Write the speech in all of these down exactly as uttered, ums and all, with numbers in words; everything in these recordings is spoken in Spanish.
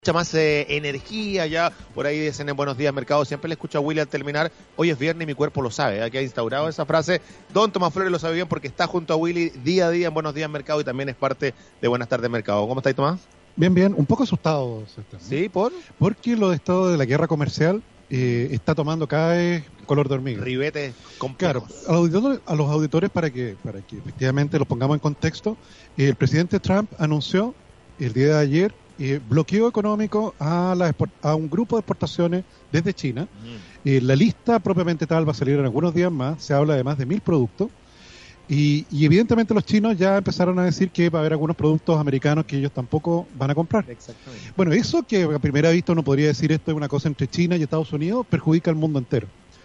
Mucha más eh, energía, ya por ahí dicen en Buenos Días Mercado, siempre le escucho a Willy al terminar, hoy es viernes y mi cuerpo lo sabe, aquí ha instaurado esa frase, don Tomás Flores lo sabe bien porque está junto a Willy día a día en Buenos Días Mercado y también es parte de Buenas Tardes Mercado. ¿Cómo estáis, Tomás? Bien, bien, un poco asustado, Sebastián, ¿no? Sí, ¿por? Porque lo de estado de la guerra comercial eh, está tomando cada vez color de hormiga. Ribetes complejos. Claro, a los auditores, a los auditores para que para que efectivamente los pongamos en contexto, eh, el presidente Trump anunció el día de ayer eh, bloqueo económico a, la, a un grupo de exportaciones desde China. Mm. Eh, la lista propiamente tal va a salir en algunos días más, se habla de más de mil productos. Y, y evidentemente los chinos ya empezaron a decir que va a haber algunos productos americanos que ellos tampoco van a comprar. Exactamente. Bueno, eso que a primera vista uno podría decir esto es una cosa entre China y Estados Unidos, perjudica al mundo entero.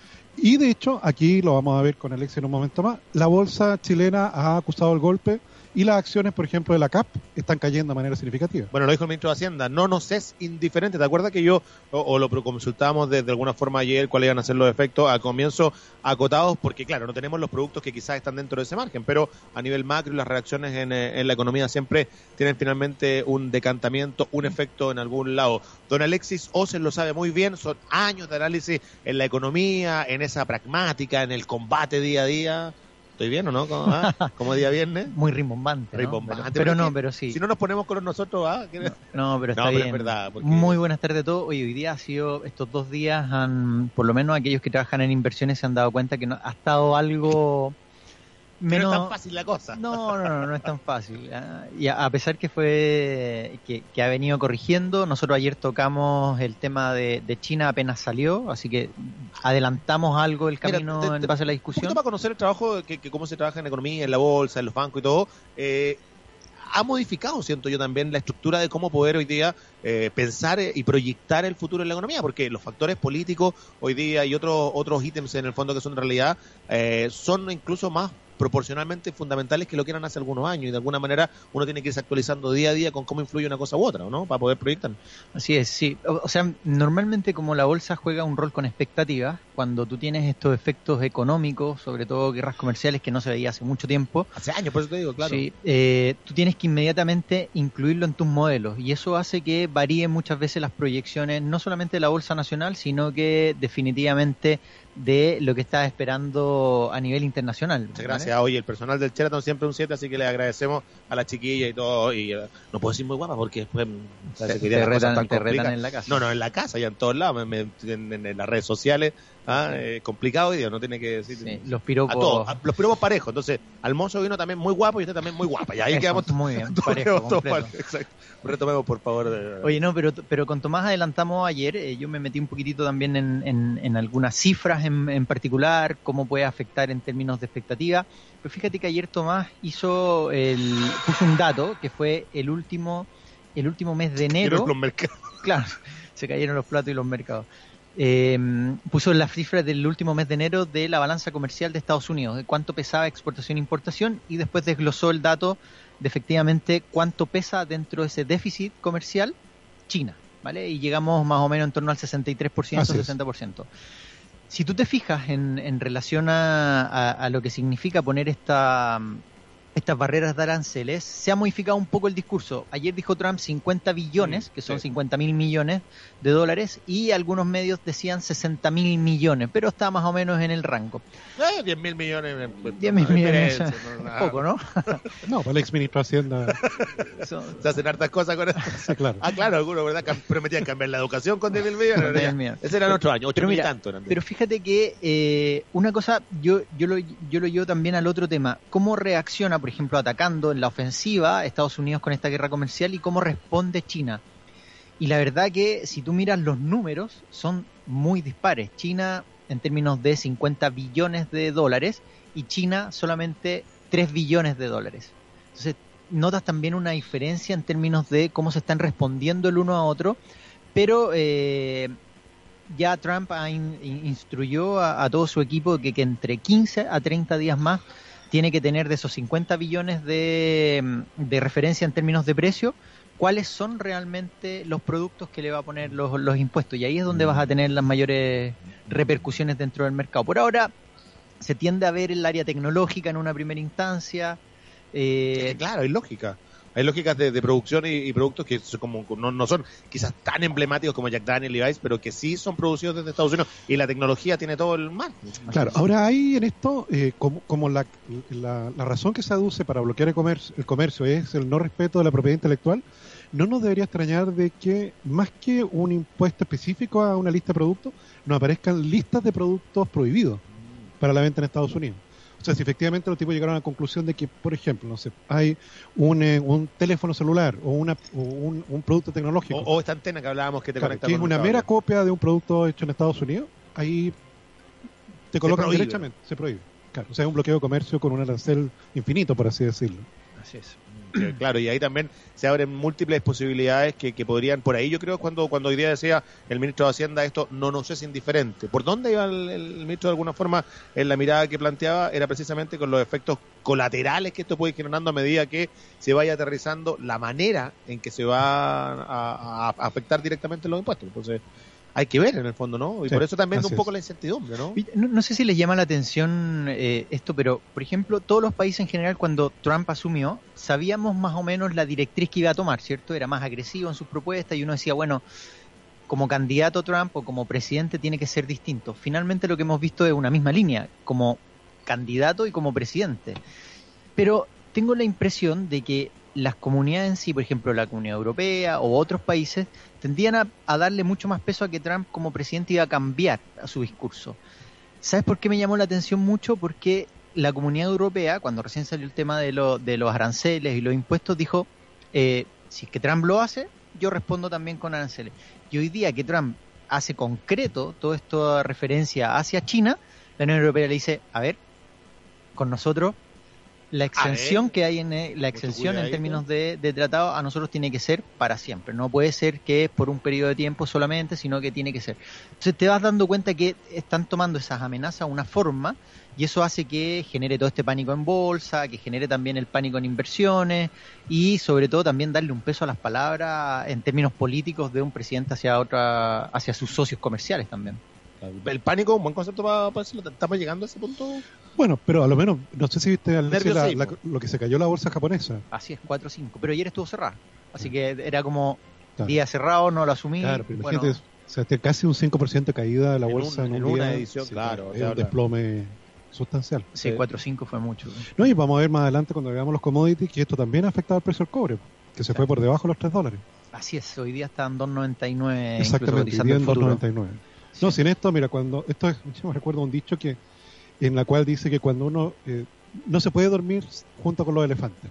Y de hecho, aquí lo vamos a ver con Alexia en un momento más, la bolsa chilena ha acusado el golpe y las acciones, por ejemplo, de la C A P están cayendo de manera significativa. Bueno, lo dijo el ministro de Hacienda, no nos es indiferente. ¿Te acuerdas que yo, o, o lo consultábamos de, de alguna forma ayer, cuáles iban a ser los efectos a comienzo acotados? Porque claro, no tenemos los productos que quizás están dentro de ese margen, pero a nivel macro las reacciones en, en la economía siempre tienen finalmente un decantamiento, un efecto en algún lado. Don Alexis Osen lo sabe muy bien, son años de análisis en la economía, en esa pragmática, en el combate día a día. ¿Estoy bien o no? Como, ¿ah? Como día viernes. Muy rimbombante, ¿no? Rimbombante. Pero, pero no, pero sí. Si no nos ponemos con nosotros, ¿ah? No, no, pero está no, pero bien. Es verdad, porque... Muy buenas tardes a todos. Oye, hoy día ha sido, estos dos días han, por lo menos aquellos que trabajan en inversiones se han dado cuenta que no, ha estado algo menos... No es tan fácil la cosa. No, no, no, no es tan fácil. Y a, a pesar que fue, que, que ha venido corrigiendo, nosotros ayer tocamos el tema de, de China apenas salió, así que adelantamos algo el camino. Mira, te, te, en base a la discusión. Un poquito para conocer el trabajo, que, que cómo se trabaja en economía, en la bolsa, en los bancos y todo, eh, ha modificado, siento yo también, la estructura de cómo poder hoy día eh, pensar y proyectar el futuro en la economía, porque los factores políticos hoy día y otros otros ítems en el fondo que son realidad eh, son incluso más proporcionalmente fundamentales que lo que eran hace algunos años, y de alguna manera uno tiene que irse actualizando día a día con cómo influye una cosa u otra, ¿no? Para poder proyectar. Así es, sí. O, o sea, normalmente como la bolsa juega un rol con expectativas, cuando tú tienes estos efectos económicos, sobre todo guerras comerciales que no se veía hace mucho tiempo. Hace años, por eso te digo, claro. Sí, eh, tú tienes que inmediatamente incluirlo en tus modelos, y eso hace que varíen muchas veces las proyecciones, no solamente de la bolsa nacional, sino que definitivamente de lo que estás esperando a nivel internacional. Muchas gracias. ¿Vale? Oye, el personal del Sheraton siempre un siete, así que le agradecemos a la chiquilla y todo. Y uh, no puedo decir muy guapa porque después te, que te, retan, te retan en la casa. No, no, en la casa, ya en todos lados, me, me, en, en, en las redes sociales. Ah, eh, complicado hoy día, no tiene que decir sí, los piropos a todos, a, los piropos parejos. Entonces, Almonso vino también muy guapo y usted también muy guapa. Y ahí eso, quedamos muy bien, parejo, todos, exacto. Retomemos, por favor. De... Oye, no, pero pero con Tomás adelantamos ayer, eh, yo me metí un poquitito también en, en, en algunas cifras en, en particular, cómo puede afectar en términos de expectativa. Pero fíjate que ayer Tomás hizo el, puso un dato que fue el último el último mes de enero. Los mercados. Claro, se cayeron los platos y los mercados. Eh, puso las cifras del último mes de enero de la balanza comercial de Estados Unidos, de cuánto pesaba exportación e importación, y después desglosó el dato de efectivamente cuánto pesa dentro de ese déficit comercial China, ¿vale? Y llegamos más o menos en torno al sesenta y tres por ciento, sesenta por ciento. Si tú te fijas en, en relación a, a, a lo que significa poner esta... estas barreras de aranceles, se ha modificado un poco el discurso. Ayer dijo Trump cincuenta billones, que son sí. cincuenta mil millones de dólares, y algunos medios decían sesenta mil millones, pero está más o menos en el rango. Eh, diez mil millones. diez mil millones, no, poco, ¿no? No, para el exministro de Hacienda. Eso, se hacen hartas cosas con esto. Sí, claro. Ah, claro, algunos, ¿verdad? Prometían cambiar la educación con diez mil millones. millones. Ese era nuestro año, ocho mil tanto. Pero fíjate que eh, una cosa, yo, yo, lo, yo lo llevo también al otro tema. ¿Cómo reacciona, por ejemplo, atacando en la ofensiva Estados Unidos con esta guerra comercial y cómo responde China? Y la verdad que si tú miras los números son muy dispares. China en términos de cincuenta billones de dólares y China solamente tres billones de dólares. Entonces notas también una diferencia en términos de cómo se están respondiendo el uno a otro, pero eh, ya Trump ha in, instruyó a, a todo su equipo que, que entre quince a treinta días más tiene que tener de esos cincuenta billones de, de referencia en términos de precio, cuáles son realmente los productos que le va a poner los, los impuestos. Y ahí es donde vas a tener las mayores repercusiones dentro del mercado. Por ahora se tiende a ver el área tecnológica en una primera instancia. Eh, es que claro, es lógica. Hay lógicas de, de producción y, y productos que son como, no, no son quizás tan emblemáticos como Jack Daniel y Levi's, pero que sí son producidos desde Estados Unidos y la tecnología tiene todo el mar. Claro, ahora hay en esto, eh, como, como la, la, la razón que se aduce para bloquear el comercio, el comercio es el no respeto de la propiedad intelectual, no nos debería extrañar de que más que un impuesto específico a una lista de productos, nos aparezcan listas de productos prohibidos para la venta en Estados Unidos. O sea, si efectivamente los tipos llegaron a la conclusión de que, por ejemplo, no sé, hay un, eh, un teléfono celular o, una, o un, un producto tecnológico. O, o esta antena que hablábamos que te claro, conecta que con es una mera copia de un producto hecho en Estados Unidos, ahí te colocan derechamente, se prohíbe. Claro, o sea, es un bloqueo de comercio con un arancel infinito, por así decirlo. Así es. Claro, y ahí también se abren múltiples posibilidades que, que podrían, por ahí yo creo cuando cuando hoy día decía el ministro de Hacienda esto no nos es indiferente. ¿Por dónde iba el, el ministro de alguna forma en la mirada que planteaba? Era precisamente con los efectos colaterales que esto puede ir generando a medida que se vaya aterrizando la manera en que se va a, a, a afectar directamente los impuestos. Entonces hay que ver en el fondo, ¿no? Y sí, por eso también un poco es. La incertidumbre, ¿no? ¿no? No sé si les llama la atención eh, esto, pero, por ejemplo, todos los países en general, cuando Trump asumió, sabíamos más o menos la directriz que iba a tomar, ¿cierto? Era más agresivo en sus propuestas y uno decía, bueno, como candidato Trump o como presidente tiene que ser distinto. Finalmente lo que hemos visto es una misma línea, como candidato y como presidente. Pero tengo la impresión de que las comunidades en sí, por ejemplo la Comunidad Europea o otros países, tendían a, a darle mucho más peso a que Trump como presidente iba a cambiar a su discurso. ¿Sabes por qué me llamó la atención mucho? Porque la Comunidad Europea, cuando recién salió el tema de, lo, de los aranceles y los impuestos, dijo, eh, si es que Trump lo hace, yo respondo también con aranceles. Y hoy día que Trump hace concreto toda esta referencia hacia China, la Unión Europea le dice, a ver, con nosotros la exención que hay en la exención en términos de, de tratado a nosotros tiene que ser para siempre, no puede ser que es por un periodo de tiempo solamente, sino que tiene que ser. Entonces te vas dando cuenta que están tomando esas amenazas una forma y eso hace que genere todo este pánico en bolsa, que genere también el pánico en inversiones y sobre todo también darle un peso a las palabras en términos políticos de un presidente hacia otra, hacia sus socios comerciales también. El pánico, un buen concepto para, para decirlo. ¿Estamos llegando a ese punto? Bueno, pero a lo menos, no sé si viste al nervio la, la, lo que se cayó la bolsa japonesa. Así es, cuatro o cinco. Pero ayer estuvo cerrada. Así que era como claro. Día cerrado, no lo asumí. Claro, pero bueno. Imagínate, o sea, casi un cinco por ciento de caída de la en bolsa un, en, un en día, una edición. Sí, claro, es un desplome sustancial. Sí, cuatro o cinco fue mucho. No, y vamos a ver más adelante cuando veamos los commodities que esto también ha afectado al precio del cobre, que se claro. fue por debajo de los tres dólares. Así es, hoy día están dos noventa y nueve. Exactamente, hoy día en dos noventa y nueve. Sí. No, sin esto, mira, cuando esto es, yo me recuerdo un dicho que en la cual dice que cuando uno eh, no se puede dormir junto con los elefantes.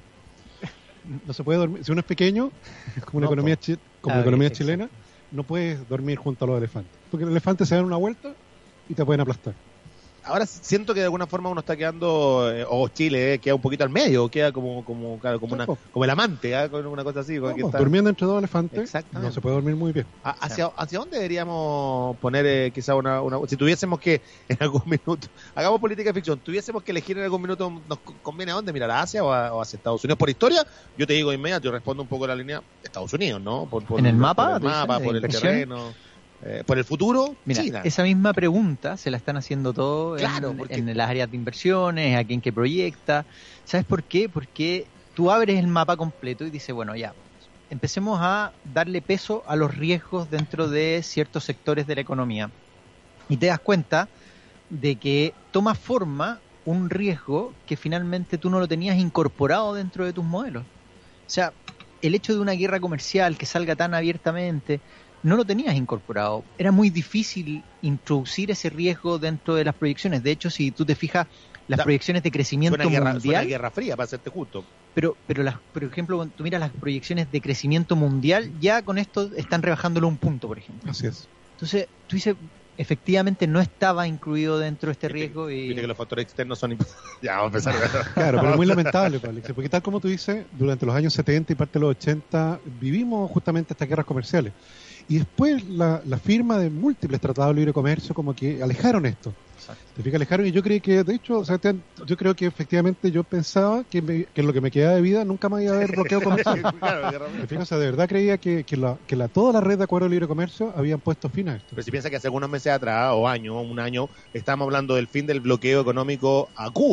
No se puede dormir, si uno es pequeño, como una no, economía chi, como ah, la economía exacto. chilena, no puedes dormir junto a los elefantes, porque los elefantes se dan una vuelta y te pueden aplastar. Ahora siento que de alguna forma uno está quedando, eh, o Chile eh, queda un poquito al medio, queda como como claro, como, una, como el amante, ¿eh? Con una cosa así. No, que está... Durmiendo entre dos elefantes no se puede dormir muy bien. ¿Hacia, hacia dónde deberíamos poner eh, quizá una, una... Si tuviésemos que en algún minuto, hagamos política de ficción, tuviésemos que elegir en algún minuto, ¿nos conviene a dónde? ¿Mirar a Asia o, a, o hacia Estados Unidos? Por historia, yo te digo inmediato, yo respondo un poco la línea Estados Unidos, ¿no? Por, por, ¿En el mapa? Por el mapa, por el terreno... Eh, por el futuro, Mira, China. Esa misma pregunta se la están haciendo todos claro, en, porque... en las áreas de inversiones, a quien que proyecta. ¿Sabes por qué? Porque tú abres el mapa completo y dices, bueno, ya, empecemos a darle peso a los riesgos dentro de ciertos sectores de la economía. Y te das cuenta de que toma forma un riesgo que finalmente tú no lo tenías incorporado dentro de tus modelos. O sea, el hecho de una guerra comercial que salga tan abiertamente... no lo tenías incorporado. Era muy difícil introducir ese riesgo dentro de las proyecciones. De hecho, si tú te fijas, las da, proyecciones de crecimiento suena guerra, mundial... Suena guerra fría, para hacerte justo. Pero, pero las, por ejemplo, cuando tú miras las proyecciones de crecimiento mundial, ya con esto están rebajándolo un punto, por ejemplo. Así es. Entonces, tú dices, efectivamente no estaba incluido dentro de este riesgo. Y... Viste que los factores externos son... ya, vamos a empezar. Claro, pero es muy lamentable, Alex, porque tal como tú dices, durante los años setenta y parte de los ochenta, vivimos justamente estas guerras comerciales. Y después la, la firma de múltiples tratados de libre comercio como que alejaron esto. Exacto. Te fijas, alejaron y yo creí que, de hecho, o sea, te, yo creo que efectivamente yo pensaba que, me, que lo que me quedaba de vida nunca me iba a haber bloqueo comercial. Claro, te fijas, o sea, de verdad creía que, que, la, que la, toda la red de acuerdos de libre comercio habían puesto fin a esto. Pero si piensas que hace algunos meses atrás, o años, un año, estábamos hablando del fin del bloqueo económico a Cuba.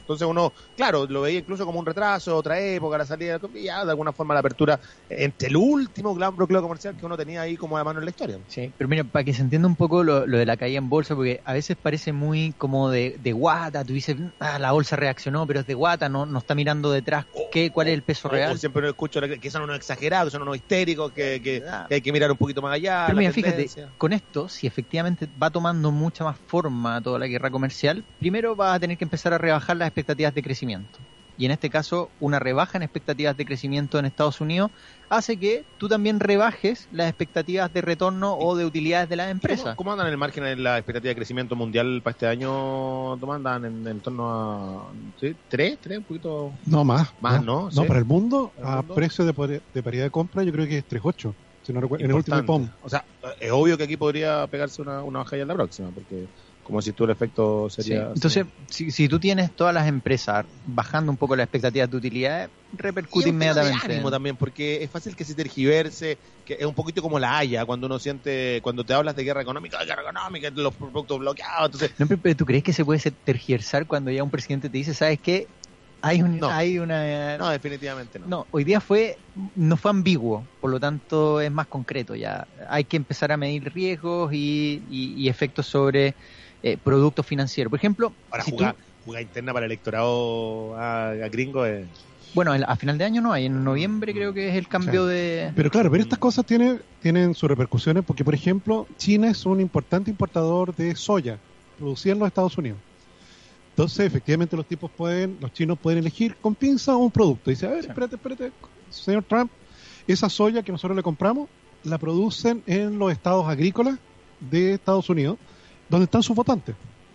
Entonces uno, claro, lo veía incluso como un retraso, otra época, la salida, y ya de alguna forma la apertura entre el último gran bloqueo comercial que uno tenía ahí como a mano en la historia. Sí, pero mira, para que se entienda un poco lo, lo de la caída en bolsa, porque a veces parece muy como de, de guata, tú dices, ah, la bolsa reaccionó, pero es de guata, no, no está mirando detrás qué, cuál es el peso o, real. O siempre escucho que son unos exagerados, que son unos histéricos, que, que, que hay que mirar un poquito más allá. Pero mira, fíjate, con esto, si efectivamente va tomando mucha más forma toda la guerra comercial, primero vas a tener que empezar a rebajar las expectativas de crecimiento. Y en este caso, una rebaja en expectativas de crecimiento en Estados Unidos hace que tú también rebajes las expectativas de retorno o de utilidades de las empresas. ¿Cómo, cómo andan en el margen en la expectativa de crecimiento mundial para este año? ¿Cómo andan en, en torno a ¿sí? tres? ¿tres? Un poquito no más. Más, ¿no? ¿no? No, ¿sí? para el mundo, ¿Para el a mundo? precio de, pari- de paridad de compra, yo creo que es tres coma ocho. Si no recuerdo, en el último I P O M. O sea, es obvio que aquí podría pegarse una, una baja ya en la próxima, porque como si tú el efecto sería... Sí. Entonces, si, si tú tienes todas las empresas bajando un poco las expectativas de utilidades, repercute y un tema inmediatamente. de ánimo también, porque es fácil que se tergiverse, que es un poquito como la Haya, cuando uno siente, cuando te hablas de guerra económica, de guerra económica, de los productos bloqueados, entonces... No, pero ¿tú crees que se puede tergiversar cuando ya un presidente te dice, ¿sabes qué? Hay, un, no. hay una... No, definitivamente no. No, hoy día fue no fue ambiguo, por lo tanto es más concreto ya. Hay que empezar a medir riesgos y, y, y efectos sobre eh, productos financieros. Por ejemplo... Ahora, si jugar, tú, jugar interna para el electorado a, a gringo es... Bueno, a final de año no hay, en noviembre creo que es el cambio Sí. de... Pero claro, pero estas cosas tienen, tienen sus repercusiones porque, por ejemplo, China es un importante importador de soya producida en los Estados Unidos. Entonces, efectivamente, los tipos pueden, los chinos pueden elegir con pinza un producto. Dice, a ver, Sí. espérate, espérate, señor Trump, esa soya que nosotros le compramos, la producen en los estados agrícolas de Estados Unidos, donde están sus votantes.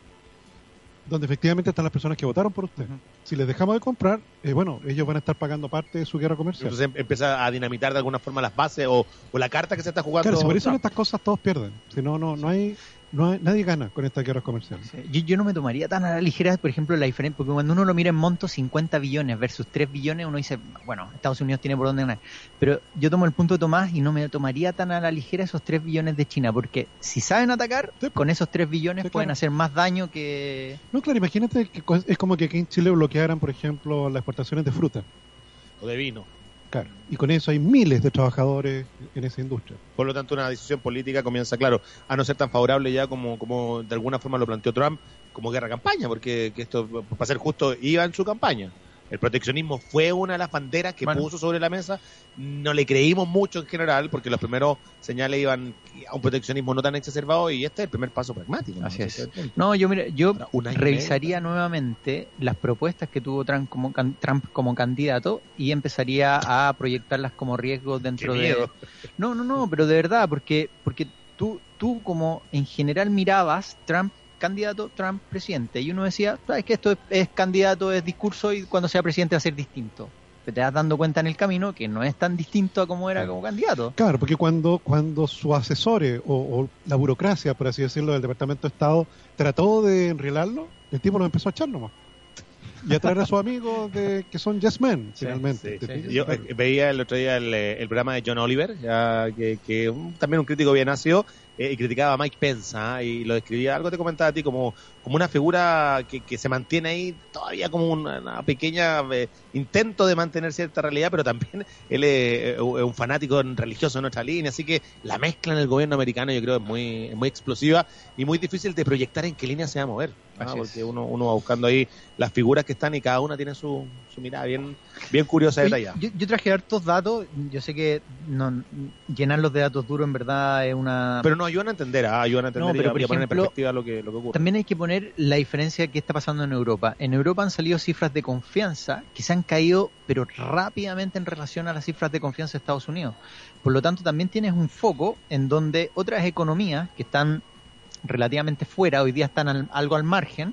Donde efectivamente están las personas que votaron por usted. Uh-huh. Si les dejamos de comprar, eh, bueno, ellos van a estar pagando parte de su guerra comercial. Entonces empieza a dinamitar de alguna forma las bases o, o la carta que se está jugando. Claro, si por eso en Trump. estas cosas todos pierden. Si no, no, no hay, no hay, nadie gana con estas guerras comerciales. Sí. Yo, yo no me tomaría tan a la ligera, por ejemplo, la diferencia, porque cuando uno lo mira en monto, cincuenta billones versus tres billones, uno dice, bueno, Estados Unidos tiene por dónde ganar. Pero yo tomo el punto de Tomás y no me tomaría tan a la ligera esos tres billones de China, porque si saben atacar, Sí. con esos tres billones Sí, pueden claro. hacer más daño que... No, claro, imagínate que co- es como que aquí en Chile bloquearan, por ejemplo, las exportaciones de fruta. O de vino. Claro. Y con eso hay miles de trabajadores en esa industria. Por lo tanto, una decisión política comienza, claro, a no ser tan favorable ya como, como de alguna forma lo planteó Trump, como guerra campaña, porque que esto, para ser justo, iba en su campaña. El proteccionismo fue una de las banderas que Bueno. puso sobre la mesa. No le creímos mucho en general, porque los primeros señales iban a un proteccionismo no tan exacerbado, y este es el primer paso pragmático. ¿no? Así es. Entonces, No, yo mira, yo Ahora, un año y revisaría medio. nuevamente las propuestas que tuvo Trump como, can- Trump como candidato y empezaría a proyectarlas como riesgos dentro Qué de... miedo. No, no, no, pero de verdad, porque porque tú tú como en general mirabas Trump candidato, Trump presidente, y uno decía, sabes que esto es, es candidato, es discurso, y cuando sea presidente va a ser distinto. Pero te vas dando cuenta en el camino que no es tan distinto a como era como candidato. Claro, porque cuando, cuando sus asesores o, o la burocracia, por así decirlo, del Departamento de Estado trató de enrelarlo, el tipo lo empezó a echar nomás. Y a traer a sus amigos de, que son yes men, Sí, finalmente. Sí, Te- sí. Yo eh, veía el otro día el, eh, el programa de John Oliver, ya que, que un- también un crítico bien nacido, eh, y criticaba a Mike Pence, ¿ah? Y lo describía, algo te comentaba a ti, como, como una figura que, que se mantiene ahí todavía como una, una pequeña eh, intento de mantener cierta realidad, pero también él es, eh, un fanático religioso en nuestra línea, así que la mezcla en el gobierno americano yo creo es muy, es muy explosiva y muy difícil de proyectar en qué línea se va a mover, ¿ah? Así es. Porque uno, uno va buscando ahí las figuras que están y cada una tiene su, su mirada bien, bien curiosa, Oye, detallada. yo, yo traje hartos datos, yo sé que no, llenarlos de datos duros en verdad es una... Pero no ayudan a entender, ¿ah? ayudan a entender No, pero y a- por y a poner en ejemplo, perspectiva lo que, lo que ocurre. También hay que poner la diferencia que está pasando en Europa. En Europa han salido cifras de confianza que se han caído, pero rápidamente en relación a las cifras de confianza de Estados Unidos. Por lo tanto, también tienes un foco en donde otras economías que están relativamente fuera, hoy día están al- algo al margen,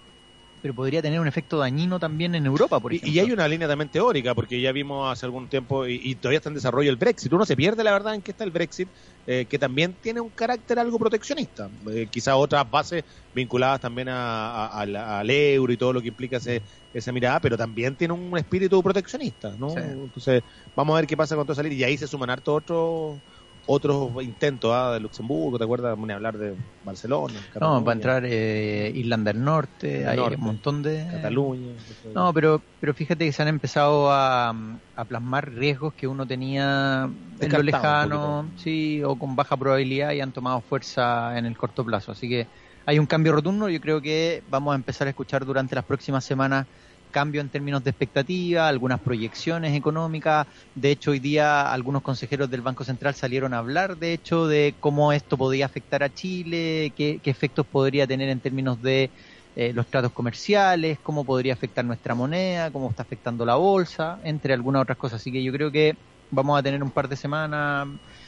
pero podría tener un efecto dañino también en Europa, por Y, ejemplo. y hay una línea también teórica, porque ya vimos hace algún tiempo, y, y todavía está en desarrollo el Brexit. Uno se pierde la verdad en qué está el Brexit, eh, que también tiene un carácter algo proteccionista. Eh, quizás otras bases vinculadas también a, a- al, al euro y todo lo que implica ese, esa mirada, pero también tiene un espíritu proteccionista, ¿no? Sí. Entonces, vamos a ver qué pasa con toda esa línea. Y ahí se suman hartos otros otros intentos ¿ah? de Luxemburgo, ¿te acuerdas? Ni hablar de Barcelona. Cataluña. No, va a entrar eh, Irlanda del Norte, del hay norte, un montón de... Cataluña. No, pero pero fíjate que se han empezado a, a plasmar riesgos que uno tenía en lo lejano, sí, o con baja probabilidad y han tomado fuerza en el corto plazo. Así que hay un cambio rotundo. Yo creo que vamos a empezar a escuchar durante las próximas semanas cambio en términos de expectativa, algunas proyecciones económicas. De hecho, hoy día algunos consejeros del Banco Central salieron a hablar, de hecho, de cómo esto podía afectar a Chile, qué, qué efectos podría tener en términos de eh, los tratos comerciales, cómo podría afectar nuestra moneda, cómo está afectando la bolsa, entre algunas otras cosas. Así que yo creo que vamos a tener un par de semanas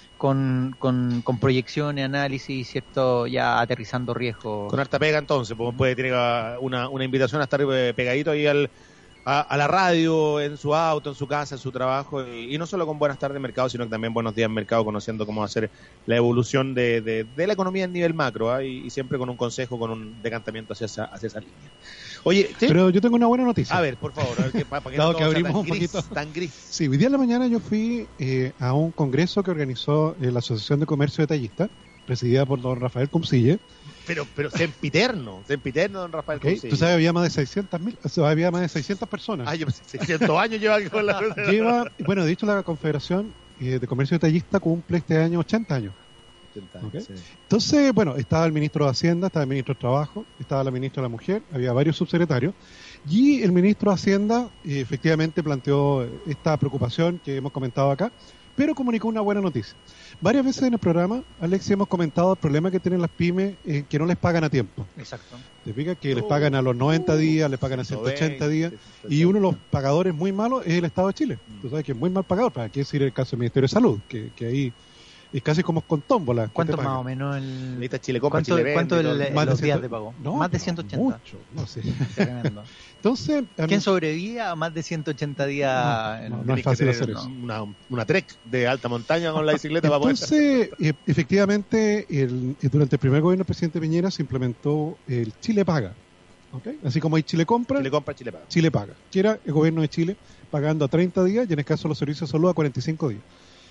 con, con, con proyecciones, análisis, cierto, ya aterrizando riesgos. Con harta pega entonces, pues puede tener una, una invitación a estar pegadito ahí al, a, a la radio, en su auto, en su casa, en su trabajo, y, y no solo con Buenas tardes Mercado, sino que también Buenos días Mercado, conociendo cómo va a ser la evolución de, de, de la economía a nivel macro, ¿eh? y, y siempre con un consejo, con un decantamiento hacia esa, hacia esa línea. Oye, ¿sí? Pero yo tengo una buena noticia. A ver, por favor, a ver, que, para que Dado no que abrimos tan un gris, poquito. Tan gris. Sí, hoy día en la mañana yo fui eh, a un congreso que organizó eh, la Asociación de Comercio Detallista, presidida por don Rafael Cumcille. Pero, pero sempiterno, sempiterno, don Rafael Okay. Cumcille. Tú sabes, había más de seiscientos mil, o sea, había más de seiscientas personas. Ay, yo seiscientos años lleva aquí con la... Lleva, bueno, de hecho la Confederación eh, de Comercio Detallista cumple este año ochenta años. Okay. Sí. Entonces, bueno, estaba el ministro de Hacienda, estaba el ministro de Trabajo, estaba la ministra de la Mujer, había varios subsecretarios, y el ministro de Hacienda eh, efectivamente planteó esta preocupación que hemos comentado acá, pero comunicó una buena noticia. Varias veces en el programa, Alexis, hemos comentado el problema que tienen las pymes, eh, que no les pagan a tiempo. Exacto. Te fijas que les pagan a los noventa días, les pagan a ciento ochenta días, y uno de los pagadores muy malos es el Estado de Chile. Tú sabes que es muy mal pagador, para qué decir el caso del Ministerio de Salud, que, que ahí es casi como con tómbola. ¿Cuánto más o menos el Chile compra, ¿Cuánto, Chile ¿cuánto el, el, más los de días de pago? No, más de ciento ochenta. Mucho, no sé. Tremendo. Entonces, ¿quién sobrevive a más de ciento ochenta días? No, no, no es fácil hacer eso. Una, una trek de alta montaña con la bicicleta. Entonces, eh, efectivamente, el, durante el primer gobierno del presidente Piñera se implementó el Chile Paga. ¿Okay? Así como hay Chile Compra, Chile Compra, Chile Paga. Chile Paga, que era el gobierno de Chile pagando a treinta días y en el caso de los servicios de salud a cuarenta y cinco días.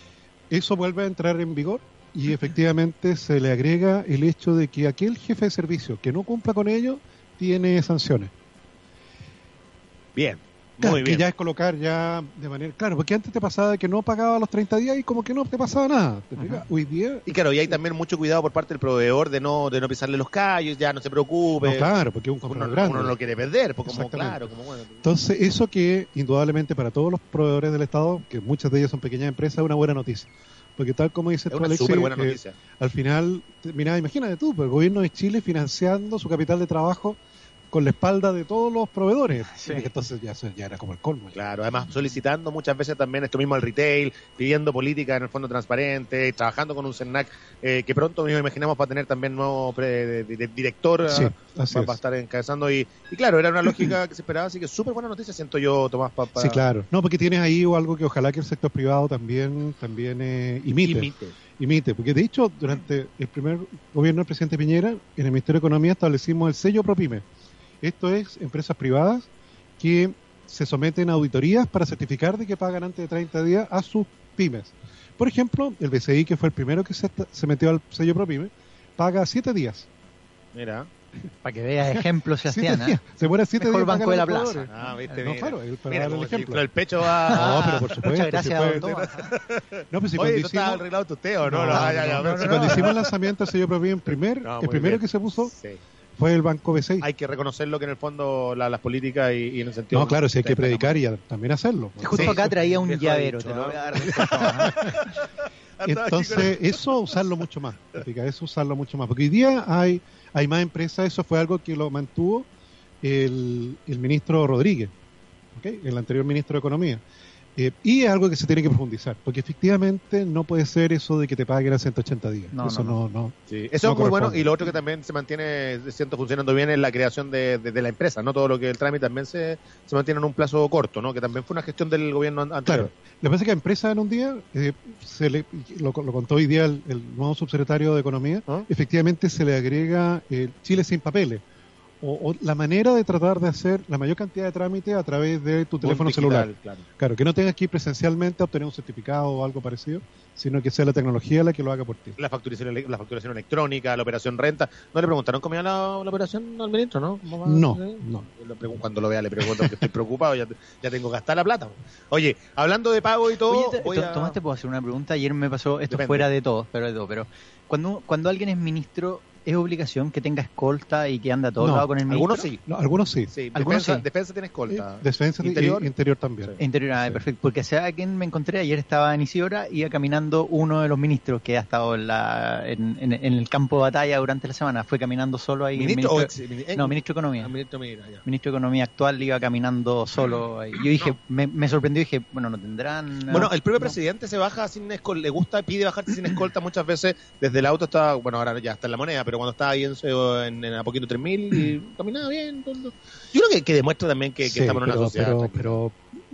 Eso vuelve a entrar en vigor. Y efectivamente se le agrega el hecho de que aquel jefe de servicio que no cumpla con ello tiene sanciones. Bien, muy claro, bien. Que ya es colocar ya de manera... Claro, porque antes te pasaba que no pagaba los treinta días y como que no te pasaba nada. ¿Te fijas? Hoy día... Y claro, y hay también mucho cuidado por parte del proveedor de no de no pisarle los callos, ya no se preocupe. No, claro, porque es un comprador uno, grande. Uno no lo quiere perder, porque como, claro, como bueno. Entonces, eso que indudablemente para todos los proveedores del Estado, que muchas de ellas son pequeñas empresas, es una buena noticia. Porque tal como dices tú, Alexis, buena noticia. Eh, al final, mira, imagínate tú, pues el gobierno de Chile financiando su capital de trabajo con la espalda de todos los proveedores. Sí. Entonces ya, ya era como el colmo. Claro, además solicitando muchas veces también esto mismo al retail, pidiendo política en el fondo transparente, trabajando con un CERNAC eh, que pronto nos imaginamos para tener también nuevo pre, de, de, de director sí, para, para estar encabezando. Y, y claro, era una lógica que se esperaba, así que súper buena noticia, siento yo, Tomás. Pa, pa... Sí, claro. No, porque tienes ahí algo que ojalá que el sector privado también, también eh, imite. Imite. Imite, porque de hecho, durante el primer gobierno del presidente Piñera, en el Ministerio de Economía establecimos el sello ProPyme. Esto es empresas privadas que se someten a auditorías para certificar de que pagan antes de treinta días a sus pymes. Por ejemplo, el B C I, que fue el primero que se, se metió al sello ProPyme, paga siete días. Mira. Para que veas ejemplos, Sebastián. ¿eh? Se muere siete Mejor días. Banco de la Plaza. Ah, viste, no, mira. claro, para mira, dar el ejemplo. El pecho va... No, pero por supuesto. Muchas gracias, si don Tomás. No, pues si Oye, cuando ¿no hicimos... está arreglado tu teo, no? No, no, no, ya, ya, no, ya, no, si cuando hicimos el lanzamiento del sello ProPyme, primer, no, el primero bien. que se puso sí. fue el Banco B C I. Hay que reconocerlo que en el fondo la, las políticas y, y en el sentido... No, claro, si hay que predicar y también hacerlo. Justo sí, acá traía un viejo llavero, dicho, te ¿no? lo voy a dar. Entonces, eso usarlo mucho más. Eso usarlo mucho más. Porque hoy día hay, hay más empresas, eso fue algo que lo mantuvo el, el ministro Rodríguez, ¿okay? El anterior ministro de Economía. Eh, y es algo que se tiene que profundizar, porque efectivamente no puede ser eso de que te paguen a ciento ochenta días. No, eso no, no. no sí. Eso no es muy bueno, y lo otro que también se mantiene, siento, funcionando bien es la creación de, de, de la empresa, ¿no? Todo lo que el trámite también se, se mantiene en un plazo corto, ¿no? Que también fue una gestión del gobierno anterior. Claro. Lo que pasa es que a empresa en un día, eh, se le, lo, lo contó hoy día el, el nuevo subsecretario de Economía, ¿ah? Efectivamente se le agrega el Chile sin papeles, o, o la manera de tratar de hacer la mayor cantidad de trámites a través de tu teléfono digital, celular. Claro. Claro, que no tengas que ir presencialmente a obtener un certificado o algo parecido, sino que sea la tecnología la que lo haga por ti. La facturación, la facturación electrónica, la operación renta. ¿No le preguntaron cómo iba la, la operación al ministro, no? ¿Cómo va? No, ¿Sí? no. Lo pregun- Cuando lo vea le pregunto porque estoy preocupado, ya, ya tengo que gastar la plata. Oye, hablando de pago y todo... Oye, te- voy a... Tomás, te puedo hacer una pregunta. Ayer me pasó, esto Depende. fuera de todo, pero de todo, pero cuando, cuando alguien es ministro, ¿es obligación que tenga escolta y que anda a todos No, lados con el ministro? Algunos sí. No, algunos sí. Sí, Algunos defensa, sí. defensa tiene escolta. Eh, Defensa Interior. interior, interior también. Sí. Interior, ah, Sí. perfecto. Porque sea quien me encontré, ayer estaba en Isidora, iba caminando uno de los ministros que ha estado en, la, en, en- en el campo de batalla durante la semana. Fue caminando solo ahí. ¿Ministro o ex- ministro- no, ministro de Economía. Ah, ministro, mira, ya. Ministro de Economía actual iba caminando solo ahí. Yo dije, me, me sorprendió y dije, bueno, no tendrán... Bueno, el propio no. presidente se baja sin escolta, le gusta, pide bajarse sin escolta muchas veces. Desde el auto está, bueno, ahora ya está en la moneda, pero cuando estaba ahí en, en, en Apoquito tres mil y caminaba bien. Todo. Yo creo que, que demuestra también que, que Sí, estamos en una pero, sociedad. pero, tranquila. pero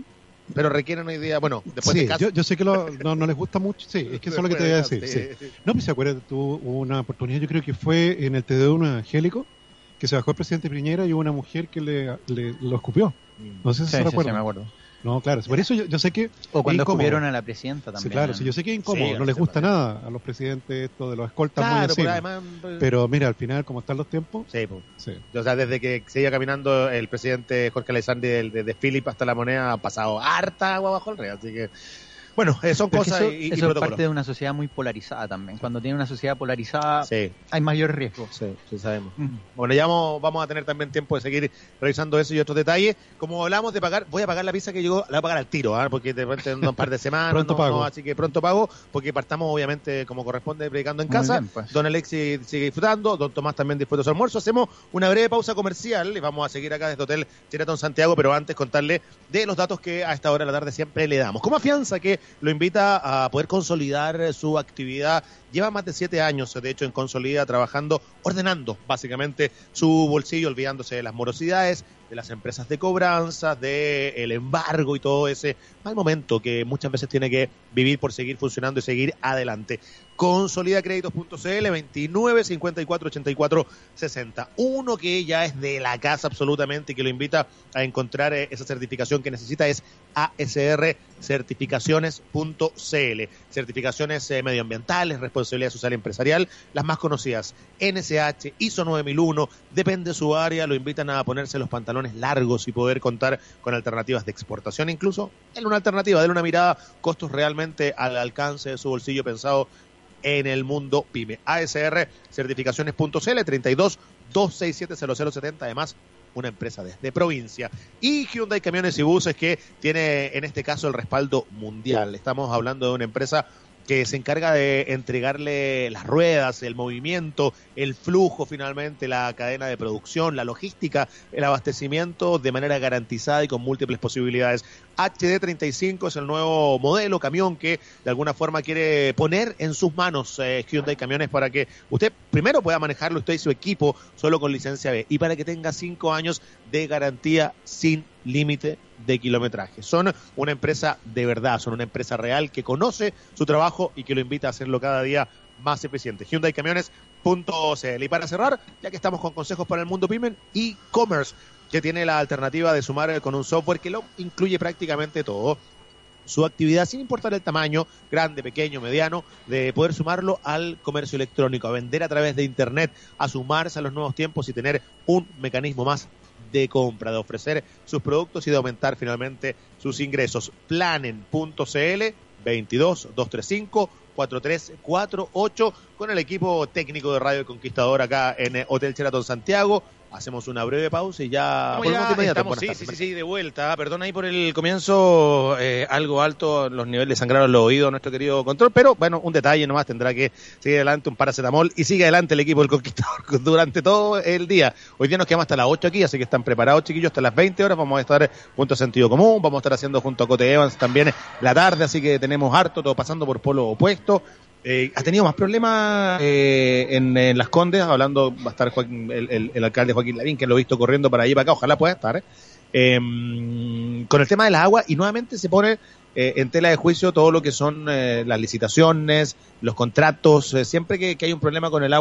Pero requiere una idea, bueno, después sí, de caso. yo, yo sé que lo- no, no les gusta mucho, sí, es que eso es lo que te voy a decir. Sí. No, pues se acuerdan, tuvo una oportunidad, yo creo que fue en el T D uno evangélico, que se bajó el presidente Piñera y hubo una mujer que le, le- lo escupió. No sé si Sí, se sí, sí, recuerdan. me acuerdo. No, claro, por eso yo, yo sé que O cuando es incómodo. escupieron a la presidenta también. Sí, claro, sí, yo sé que es incómodo, Sí, no les sí, gusta también. nada a los presidentes esto de los escoltas muy Claro, pero encima. además. pues, Pero mira, al final, como están los tiempos, Sí, pues. sí. O sea, desde que se iba caminando el presidente Jorge Alessandri del- de, de Philip hasta la moneda, ha pasado harta agua bajo el río. Así que, bueno, eh, son Pero es que cosas eso, y, y eso es protocolos. parte de una sociedad muy polarizada también. Cuando tiene una sociedad polarizada Sí, hay mayor riesgo. sí, sí, sabemos. Mm. Bueno, ya vamos, vamos a tener también tiempo de seguir revisando eso y otros detalles. Como hablamos de pagar, voy a pagar la pizza que llegó, la voy a pagar al tiro, ¿ah? Porque de repente en un par de semanas, Pronto no, pago. no, así que pronto pago, porque partamos obviamente como corresponde predicando en Muy casa. bien, pues. Don Alexis sigue disfrutando, don Tomás también disfruta su almuerzo. Hacemos una breve pausa comercial y vamos a seguir acá desde Hotel Sheraton Santiago, pero antes contarle de los datos que a esta hora de la tarde siempre le damos. Como afianza que lo invita a poder consolidar su actividad. Lleva más de siete años, de hecho, en Consolida, trabajando, ordenando básicamente su bolsillo, olvidándose de las morosidades, de las empresas de cobranza, de el embargo y todo ese mal momento que muchas veces tiene que vivir por seguir funcionando y seguir adelante. Consolida Créditos punto c l, veintinueve cincuenta y cuatro ochenta y cuatro sesenta. Uno que ya es de la casa absolutamente y que lo invita a encontrar eh, esa certificación que necesita es A S R certificaciones punto c l. Certificaciones eh, medioambientales, responsabilidad social y empresarial, las más conocidas, N S H, I S O nueve mil uno, depende de su área, lo invitan a ponerse los pantalones largos y poder contar con alternativas de exportación incluso. En una alternativa, darle una mirada, costos realmente al alcance de su bolsillo pensado en el mundo pyme. A S R certificaciones punto c l, treinta y dos, doscientos sesenta y siete, cero cero setenta, además una empresa desde provincia. Y Hyundai Camiones y Buses, que tiene en este caso el respaldo mundial. Estamos hablando de una empresa que se encarga de entregarle las ruedas, el movimiento, el flujo finalmente, la cadena de producción, la logística, el abastecimiento de manera garantizada y con múltiples posibilidades. H D treinta y cinco es el nuevo modelo, camión que de alguna forma quiere poner en sus manos eh, Hyundai Camiones para que usted primero pueda manejarlo usted y su equipo solo con licencia B y para que tenga cinco años de garantía sin límite de kilometraje. Son una empresa de verdad, son una empresa real que conoce su trabajo y que lo invita a hacerlo cada día más eficiente. Hyundai Camiones punto c l. Y para cerrar, ya que estamos con consejos para el mundo pyme, e-commerce, que tiene la alternativa de sumar con un software que lo incluye prácticamente todo. Su actividad, sin importar el tamaño, grande, pequeño, mediano, de poder sumarlo al comercio electrónico, a vender a través de Internet, a sumarse a los nuevos tiempos y tener un mecanismo más de compra, de ofrecer sus productos y de aumentar finalmente sus ingresos. Planen punto c l, veintidós, doscientos treinta y cinco, cuarenta y tres cuarenta y ocho, con el equipo técnico de Radio El Conquistador acá en Hotel Sheraton Santiago. Hacemos una breve pausa y ya Estamos volvemos ya, de inmediato. estamos, Buenas sí, sí, tardes. sí, sí, de vuelta. Perdón ahí por el comienzo, eh, algo alto, los niveles de sangrado en los oídos, nuestro querido control, pero bueno, un detalle nomás, tendrá que seguir adelante un paracetamol y sigue adelante el equipo del Conquistador durante todo el día. Hoy día nos quedamos hasta las ocho aquí, así que están preparados, chiquillos, hasta las veinte horas vamos a estar junto a Sentido Común, vamos a estar haciendo junto a Cote Evans también la tarde, así que tenemos harto, todo pasando por polo opuesto. Eh, ha tenido más problemas eh, en, en Las Condes, hablando, va a estar Joaquín, el, el, el alcalde Joaquín Lavín, que lo he visto corriendo para allí y para acá, ojalá pueda estar, eh, eh, con el tema del agua, y nuevamente se pone eh, en tela de juicio todo lo que son eh, las licitaciones, los contratos, eh, siempre que, que hay un problema con el agua,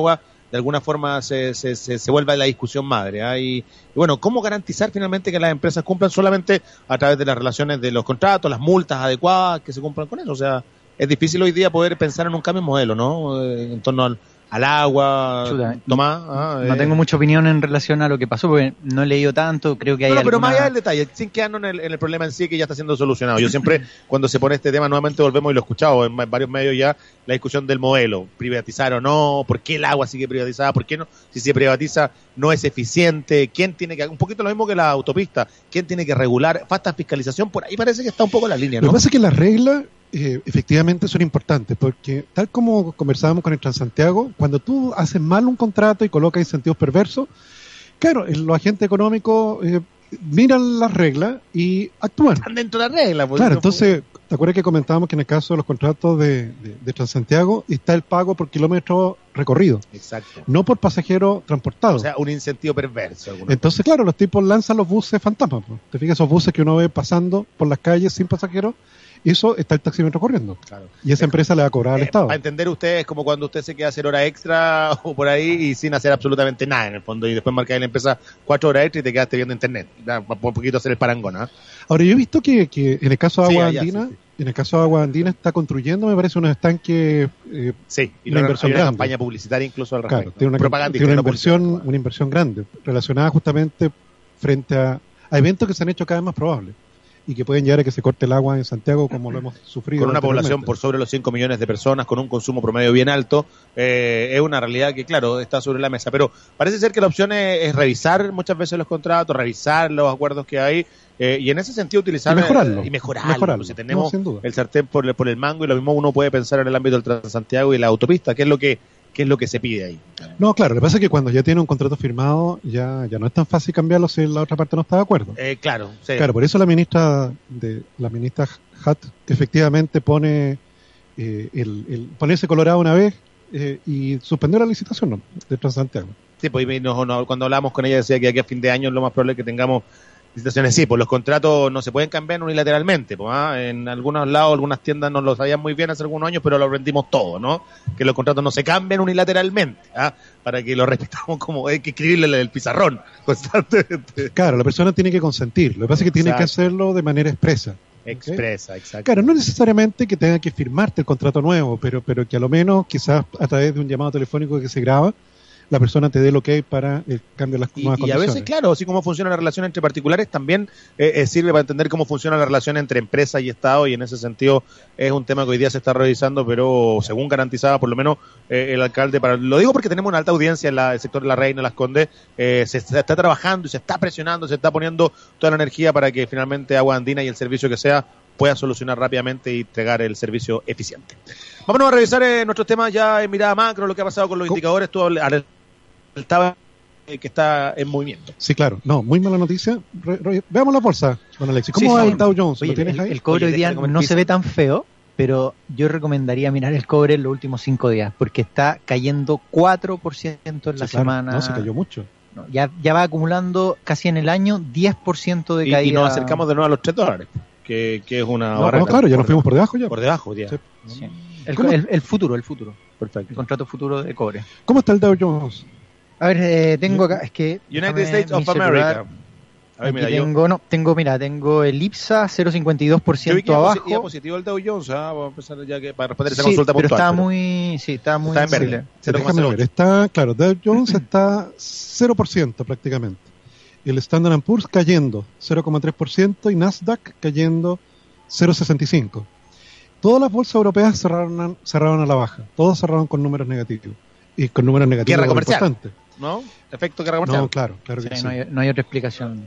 de alguna forma se, se, se, se vuelva la discusión madre. ¿eh? Y, y bueno, ¿cómo garantizar finalmente que las empresas cumplan solamente a través de las relaciones de los contratos, las multas adecuadas que se cumplan con eso? O sea, es difícil hoy día poder pensar en un cambio de modelo, ¿no? Eh, en torno al, al agua, Chuta, Tomás. ¿ah? No Eh, tengo mucha opinión en relación a lo que pasó, porque no he leído tanto, creo que hay No, no, pero alguna... más allá del detalle, sin quedarnos en el, en el problema en sí que ya está siendo solucionado. Yo siempre, cuando se pone este tema, nuevamente volvemos y lo he escuchado en varios medios ya, la discusión del modelo, privatizar o no, por qué el agua sigue privatizada, por qué no, si se privatiza no es eficiente, quién tiene que, un poquito lo mismo que la autopista, quién tiene que regular, falta fiscalización, por ahí parece que está un poco la línea, ¿no? Lo que pasa es que las reglas eh, efectivamente son importantes, porque tal como conversábamos con el Transantiago, cuando tú haces mal un contrato y colocas incentivos perversos, claro, los agentes económicos eh, miran las reglas y actúan. Están dentro de la regla. Pues, Claro, no, entonces, ¿te acuerdas que comentábamos que en el caso de los contratos de, de, de Transantiago está el pago por kilómetro recorrido, exacto. no por pasajero transportado? O sea, un incentivo perverso. alguna Entonces, claro, los tipos lanzan los buses fantasmas. ¿No? Te fijas, esos buses que uno ve pasando por las calles sin pasajeros, eso está el taxímetro corriendo. Claro. Y esa empresa le va a cobrar al Eh, Estado. Para entender ustedes, como cuando usted se queda a hacer hora extra o por ahí y sin hacer absolutamente nada en el fondo, y después marca en la empresa cuatro horas extra y te quedaste viendo internet. Da, por un poquito hacer el parangón, ¿ah? Ahora, yo he visto que, que en el caso de Sí, Agua allá, Andina, sí, sí. en el caso de Agua Andina está construyendo, me parece, unos estanques. Eh, Sí, y Una una, inversión hay una grande. campaña publicitaria incluso al claro, respecto. tiene una, Propagandística, tiene una no inversión, publicitaria. una inversión grande relacionada justamente frente a, a eventos que se han hecho cada vez más probables y que pueden llegar a que se corte el agua en Santiago como lo hemos sufrido. Con una población anteriormente. por sobre los cinco millones de personas, con un consumo promedio bien alto, eh, es una realidad que, claro, está sobre la mesa. Pero parece ser que la opción es, es revisar muchas veces los contratos, revisar los acuerdos que hay, eh, y en ese sentido utilizar... Y mejorarlo. Y mejorarlo. Mejorarlo. Si tenemos No, sin duda. el sartén por el, por el mango, y lo mismo uno puede pensar en el ámbito del Transantiago y la autopista, que es lo que, qué es lo que se pide ahí. No, claro, lo que pasa es que cuando ya tiene un contrato firmado, ya, ya no es tan fácil cambiarlo si la otra parte no está de acuerdo. Eh, claro, sí. Claro, por eso la ministra de la ministra Hutt efectivamente pone eh, el, el ponerse colorado una vez eh, y suspender la licitación, ¿no? De Transantiago. Sí, pues y nos- nos- cuando hablamos con ella decía que aquí a fin de año es lo más probable que tengamos licitaciones. Sí, pues los contratos no se pueden cambiar unilateralmente. Pues, ¿ah? En algunos lados, algunas tiendas no lo sabían muy bien hace algunos años, pero lo aprendimos todo, ¿no? Que los contratos no se cambian unilateralmente, ¿ah? Para que lo respetamos, como hay que escribirle el pizarrón constantemente. Claro, la persona tiene que consentir. Lo que pasa es que tiene que Exacto. hacerlo de manera expresa. Expresa, exacto. Claro, no necesariamente que tenga que firmarte el contrato nuevo, pero, pero que a lo menos quizás a través de un llamado telefónico que se graba, la persona te dé el ok para el cambio de las Y, nuevas y a condiciones. veces, claro, así como funciona la relación entre particulares, también eh, eh, sirve para entender cómo funciona la relación entre empresa y Estado, y en ese sentido es un tema que hoy día se está revisando, pero según garantizaba por lo menos eh, el alcalde, para lo digo porque tenemos una alta audiencia en la, el sector de la Reina, Las Condes, eh, se, se está trabajando y se está presionando, se está poniendo toda la energía para que finalmente Agua Andina y el servicio que sea pueda solucionar rápidamente y entregar el servicio eficiente. Vámonos a revisar eh, nuestros temas ya en mirada macro, lo que ha pasado con los ¿Cómo? indicadores, tú habl- estaba eh, que está en movimiento. Sí, claro. No, muy mala noticia. Re- re- veamos la bolsa, don Alexis. ¿Cómo Sí, va sí. el Dow Jones? Oye, ¿Lo tienes el, ahí? el cobre Oye, hoy día deja de comer no pizza. se ve tan feo, pero yo recomendaría mirar el cobre en los últimos cinco días, porque está cayendo cuatro por ciento en la Sí, claro. semana. No, se cayó mucho. No, ya, ya va acumulando casi en el año diez por ciento de Y, caída. y nos acercamos de nuevo a los tres dólares, que, que es una No, barrera no, claro, ya por nos fuimos por debajo ya. Por debajo, ya. Sí. Sí. El, ¿Cómo? el- el futuro, el futuro. El Perfecto. contrato futuro de cobre. ¿Cómo está el Dow Jones? A ver, eh, tengo acá, es que... United déjame States mi of celular. America. A ver, Aquí mira, yo, tengo, no, tengo, mira, tengo el IPSA cero coma cincuenta y dos por yo vi ciento que iba posi- abajo. iba positivo el Dow Jones, ¿ah? Vamos a empezar ya que para responder esa Sí, consulta pero puntual. estaba pero muy, sí, estaba muy está en verde. sensible. cero coma Déjame cero ver. ocho. Está, claro, Dow Jones está cero por ciento prácticamente. El Standard and Poor's cayendo cero coma tres por ciento y Nasdaq cayendo cero coma sesenta y cinco por ciento. Todas las bolsas europeas cerraron a, cerraron a la baja. Todas cerraron con números negativos. Y con números negativos Guerra algo comercial. importante. ¿No? Efecto guerra comercial. No, claro, claro que Sí, sí. no, hay, no hay otra explicación.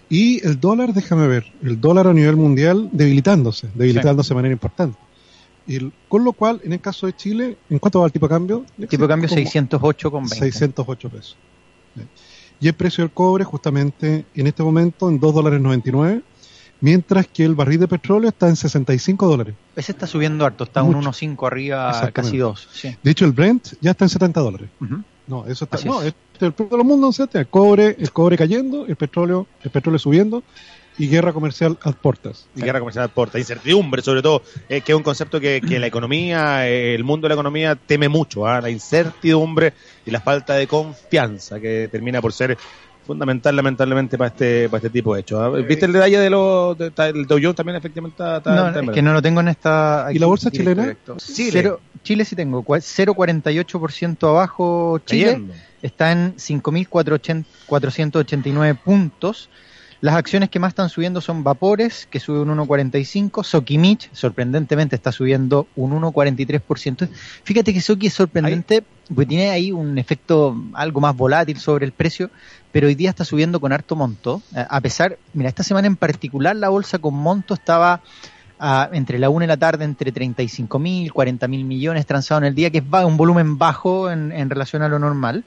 Y el dólar, déjame ver, el dólar a nivel mundial debilitándose, debilitándose de manera importante. Y el- con lo cual, en el caso de Chile, ¿en cuánto va el tipo de cambio? El tipo de cambio Como seiscientos ocho con veinte. seiscientos ocho pesos. Y el precio del cobre, justamente en este momento, en dos dólares noventa y nueve, mientras que el barril de petróleo está en sesenta y cinco dólares. Ese está subiendo harto, está un Mucho. uno coma cinco arriba, Exactamente. casi dos. Sí. De hecho, el Brent ya está en setenta dólares. Ujú. No, eso está. Así No, es. este es el precio de los mundos, ¿sí? El cobre, el cobre cayendo, el petróleo, el petróleo subiendo. y guerra comercial a portas. Y guerra comercial a portas, incertidumbre sobre todo, eh, que es un concepto que, que la economía, eh, el mundo de la economía teme mucho, ¿eh? La incertidumbre y la falta de confianza que termina por ser fundamental lamentablemente para este para este tipo de hechos. ¿eh? ¿Viste el detalle de los de, el Dow Jones también efectivamente está, está no, es que no lo tengo en esta aquí, ¿y la bolsa chilena? Chile. Cero, Chile sí tengo, cero coma cuarenta y ocho por ciento abajo Chile, Cayendo. Está en cinco mil cuatrocientos ochenta y nueve puntos. Las acciones que más están subiendo son Vapores, que sube un uno coma cuarenta y cinco, Sokimich, sorprendentemente está subiendo un uno coma cuarenta y tres por ciento. Fíjate que Soki es sorprendente, ahí, porque tiene ahí un efecto algo más volátil sobre el precio, pero hoy día está subiendo con harto monto, a pesar, mira, esta semana en particular la bolsa con monto estaba a, entre la una y la tarde entre treinta y cinco mil, cuarenta mil millones transados en el día, que es un volumen bajo en, en relación a lo normal.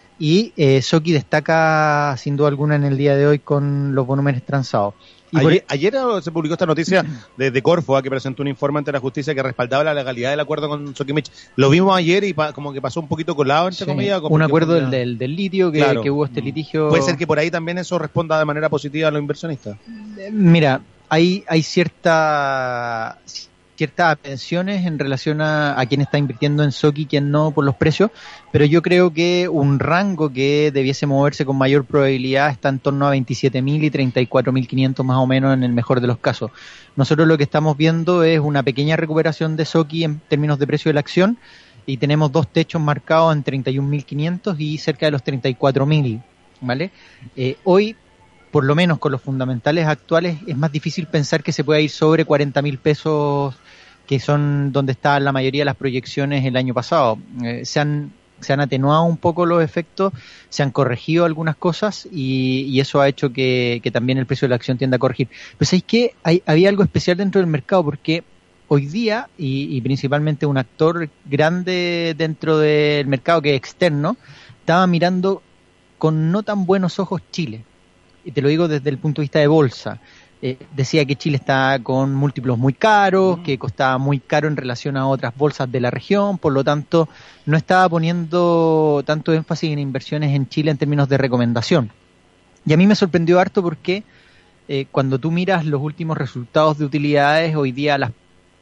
Y eh, Soki destaca sin duda alguna en el día de hoy con los volúmenes transados. Y ayer, por... ayer se publicó esta noticia de, de Corfo, que presentó un informe ante la justicia que respaldaba la legalidad del acuerdo con Sokimich. Lo vimos ayer y pa, como que pasó un poquito colado, entre sí, comillas. Un acuerdo del, del, del litio, que, claro, que hubo este litigio. ¿Puede ser que por ahí también eso responda de manera positiva a los inversionistas? Mira, hay, hay cierta... ciertas atenciones en relación a, a quién está invirtiendo en Soki y quién no por los precios, pero yo creo que un rango que debiese moverse con mayor probabilidad está en torno a veintisiete mil y treinta y cuatro mil quinientos más o menos en el mejor de los casos. Nosotros lo que estamos viendo es una pequeña recuperación de Soki en términos de precio de la acción y tenemos dos techos marcados en treinta y un mil quinientos y cerca de los treinta y cuatro mil, ¿vale? Eh, hoy por lo menos con los fundamentales actuales, es más difícil pensar que se pueda ir sobre cuarenta mil pesos, que son donde estaban la mayoría de las proyecciones el año pasado. Eh, se han se han atenuado un poco los efectos, se han corregido algunas cosas y, y eso ha hecho que, que también el precio de la acción tienda a corregir. Pero ¿sabéis qué? Hay, había algo especial dentro del mercado porque hoy día, y, y principalmente un actor grande dentro del mercado que es externo, estaba mirando con no tan buenos ojos Chile. Y te lo digo desde el punto de vista de bolsa. Eh, decía que Chile está con múltiplos muy caros, que costaba muy caro en relación a otras bolsas de la región, por lo tanto no estaba poniendo tanto énfasis en inversiones en Chile en términos de recomendación. Y a mí me sorprendió harto porque eh, cuando tú miras los últimos resultados de utilidades, hoy día las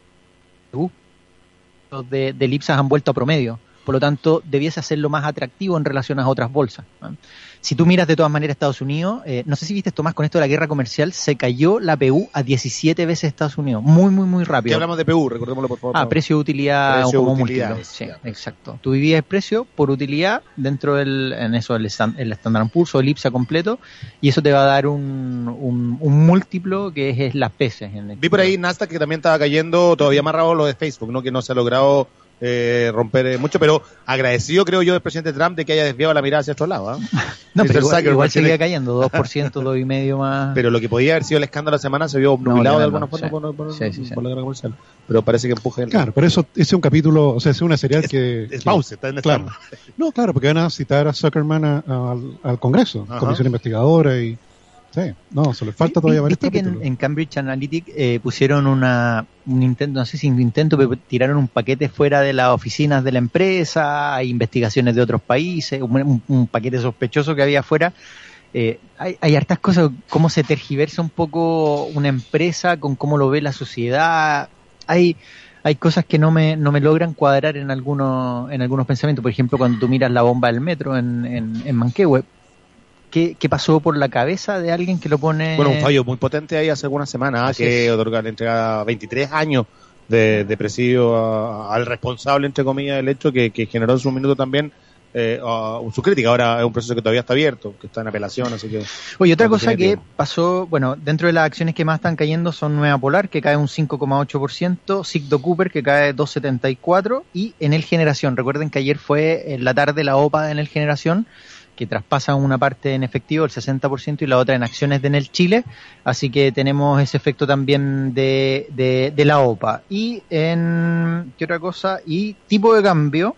de, de Lipsas han vuelto a promedio. Por lo tanto, debiese hacerlo más atractivo en relación a otras bolsas, ¿no? Si tú miras de todas maneras Estados Unidos, eh, no sé si viste, Tomás, con esto de la guerra comercial, se cayó la P U a diecisiete veces Estados Unidos. Muy, muy, muy rápido. ¿Qué hablamos de P U? Recordémoslo, por favor. Ah, precio de utilidad precio como utilidad, múltiplo. Sí, exacto. Tú vivías el precio por utilidad dentro del, en eso, el, el Standard and Poor's o el IPSA completo, y eso te va a dar un, un, un múltiplo que es, es las veces. En el Vi por ahí Nasdaq que también estaba cayendo, todavía más raro lo de Facebook, ¿no? Que no se ha logrado Eh, romper eh, mucho, pero agradecido creo yo del presidente Trump de que haya desviado la mirada hacia estos lados, ¿eh? No, pero igual, igual seguía cayendo, dos por ciento, dos coma cinco por ciento más. Pero lo que podía haber sido el escándalo de la semana se vio nubilado no, de alguna forma sí. por, por, sí, sí, sí. por la guerra comercial. Pero parece que empuja el... Claro, pero eso ese es un capítulo, o sea, es una serial es, que... Es pause, está en claro. No, claro, porque van a citar a Zuckerman a, a, al, al Congreso, Ajá. Comisión Investigadora y... Sí, no, se le falta todavía varios ¿Viste capítulos. que en, en Cambridge Analytica eh, pusieron una un intento, no sé si un intento, pero tiraron un paquete fuera de las oficinas de la empresa, hay investigaciones de otros países, un, un, un paquete sospechoso que había afuera. Eh, hay, hay hartas cosas, cómo se tergiversa un poco una empresa con cómo lo ve la sociedad. Hay hay cosas que no me no me logran cuadrar en algunos en algunos pensamientos. Por ejemplo, cuando tú miras la bomba del metro en, en, en Manquehue, ¿Qué, ¿Qué pasó por la cabeza de alguien que lo pone...? Bueno, un fallo muy potente ahí hace algunas semanas, que otorga, le entrega veintitrés años de, de presidio a, al responsable, entre comillas, del hecho que, que generó en su minuto también eh, uh, su crítica. Ahora es un proceso que todavía está abierto, que está en apelación, así que... Oye, otra cosa que pasó, bueno, dentro de las acciones que más están cayendo son Nueva Polar, que cae un cinco coma ocho por ciento, Cigdo Cooper, que cae dos coma setenta y cuatro por ciento, y Enel Generación. Recuerden que ayer fue en la tarde la O P A de Enel Generación, que traspasa una parte en efectivo, el sesenta por ciento, y la otra en acciones de Enel Chile, así que tenemos ese efecto también de, de, de la O P A. Y en, ¿qué otra cosa? Y tipo de cambio,